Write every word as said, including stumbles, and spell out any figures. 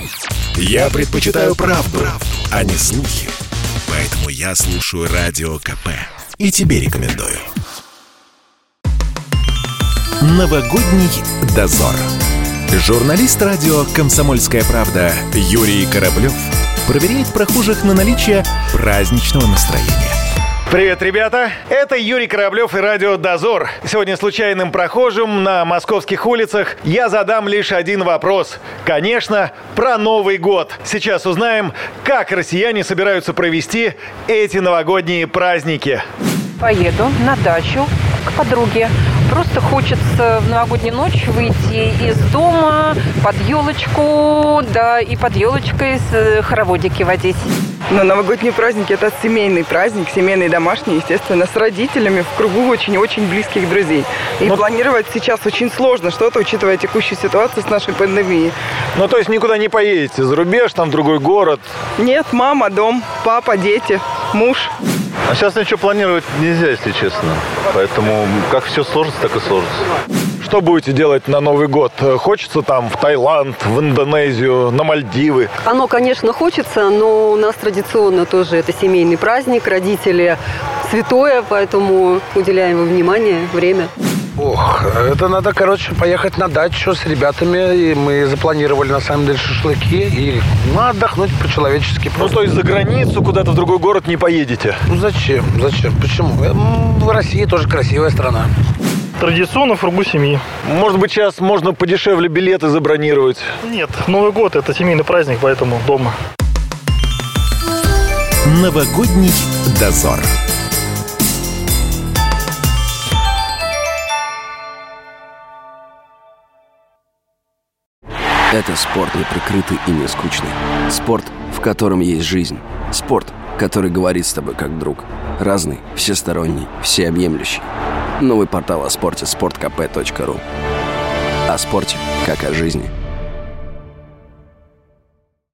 Я предпочитаю правду, правду, а не слухи. Поэтому я слушаю Радио КП. И тебе рекомендую. Новогодний дозор. Журналист радио «Комсомольская правда» Юрий Кораблев проверяет прохожих на наличие праздничного настроения. Привет, ребята! Это Юрий Кораблев и Радио Дозор. Сегодня случайным прохожим на московских улицах я задам лишь один вопрос. Конечно, про Новый год. Сейчас узнаем, как россияне собираются провести эти новогодние праздники. Поеду на дачу к подруге. Просто хочется в новогоднюю ночь выйти из дома под елочку, да, и под елочкой хороводики водить. Но новогодние праздники – это семейный праздник, семейный, домашний, естественно, с родителями, в кругу очень-очень близких друзей. И Но... планировать сейчас очень сложно что-то, учитывая текущую ситуацию с нашей пандемией. Ну, то есть никуда не поедете, за рубеж, там в другой город? Нет, мама, дом, папа, дети, муж. А сейчас ничего планировать нельзя, если честно. Поэтому как все сложится, так и сложится. Что будете делать на Новый год? Хочется там в Таиланд, в Индонезию, на Мальдивы? Оно, конечно, хочется, но у нас традиционно тоже это семейный праздник. Родители святое, поэтому уделяем им внимание, время. Ох, это надо, короче, поехать на дачу с ребятами. И мы запланировали, на самом деле, шашлыки. И ну, отдохнуть по-человечески. Ну, то есть за границу, куда-то в другой город не поедете? Ну, зачем? Зачем? Почему? В России тоже красивая страна. Традиционно в кругу семьи. Может быть, сейчас можно подешевле билеты забронировать? Нет, Новый год – это семейный праздник, поэтому дома. Новогодний дозор. Это спорт неприкрытый и не скучный. Спорт, в котором есть жизнь. Спорт, который говорит с тобой как друг. Разный, всесторонний, всеобъемлющий. Новый портал о спорте – спорт кэ пэ точка ру. О спорте, как о жизни.